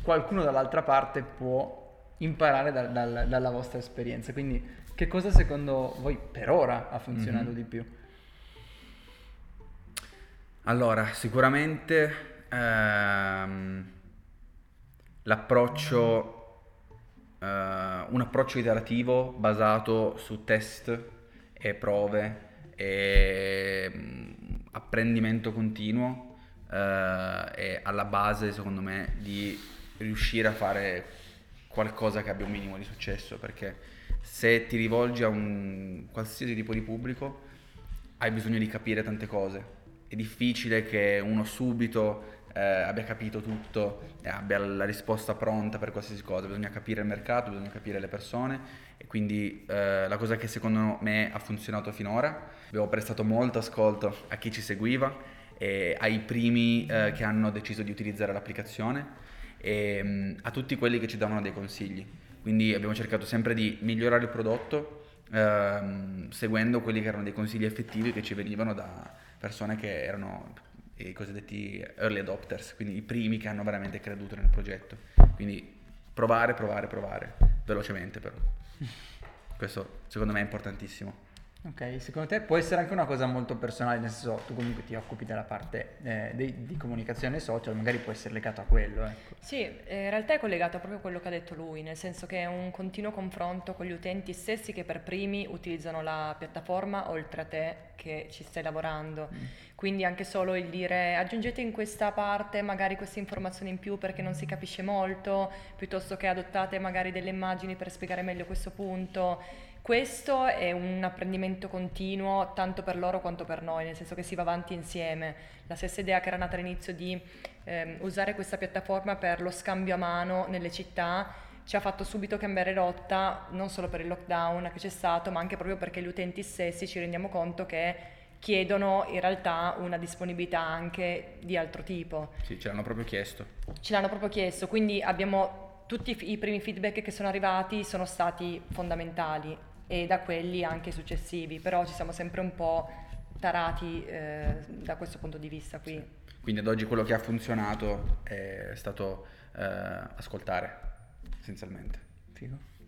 qualcuno dall'altra parte può imparare dalla vostra esperienza. Quindi che cosa secondo voi per ora ha funzionato di più? Allora, sicuramente l'approccio, un approccio iterativo basato su test e prove e apprendimento continuo è alla base, secondo me, di riuscire a fare qualcosa che abbia un minimo di successo, perché se ti rivolgi a un qualsiasi tipo di pubblico hai bisogno di capire tante cose. È difficile che uno subito abbia capito tutto e abbia la risposta pronta per qualsiasi cosa. Bisogna capire il mercato, bisogna capire le persone, e quindi la cosa che secondo me ha funzionato finora, abbiamo prestato molto ascolto a chi ci seguiva e ai primi che hanno deciso di utilizzare l'applicazione e a tutti quelli che ci davano dei consigli. Quindi abbiamo cercato sempre di migliorare il prodotto seguendo quelli che erano dei consigli effettivi che ci venivano da persone che erano i cosiddetti early adopters, quindi i primi che hanno veramente creduto nel progetto. Quindi provare, velocemente però. Questo secondo me è importantissimo. Ok, secondo te può essere anche una cosa molto personale, nel senso tu comunque ti occupi della parte di comunicazione social, magari può essere legato a quello, ecco. Sì, in realtà è collegato proprio a quello che ha detto lui, nel senso che è un continuo confronto con gli utenti stessi che per primi utilizzano la piattaforma oltre a te che ci stai lavorando. Quindi anche solo il dire aggiungete in questa parte magari queste informazioni in più perché non si capisce molto, piuttosto che adottate magari delle immagini per spiegare meglio questo punto. Questo è un apprendimento continuo tanto per loro quanto per noi, nel senso che si va avanti insieme. La stessa idea che era nata all'inizio di usare questa piattaforma per lo scambio a mano nelle città ci ha fatto subito cambiare rotta, non solo per il lockdown che c'è stato, ma anche proprio perché gli utenti stessi ci rendiamo conto che chiedono in realtà una disponibilità anche di altro tipo. Sì, ce l'hanno proprio chiesto. Ce l'hanno proprio chiesto, quindi abbiamo tutti i primi feedback che sono arrivati sono stati fondamentali e da quelli anche successivi, però ci siamo sempre un po' tarati da questo punto di vista qui. Sì. Quindi ad oggi quello che ha funzionato è stato ascoltare, essenzialmente. Figo.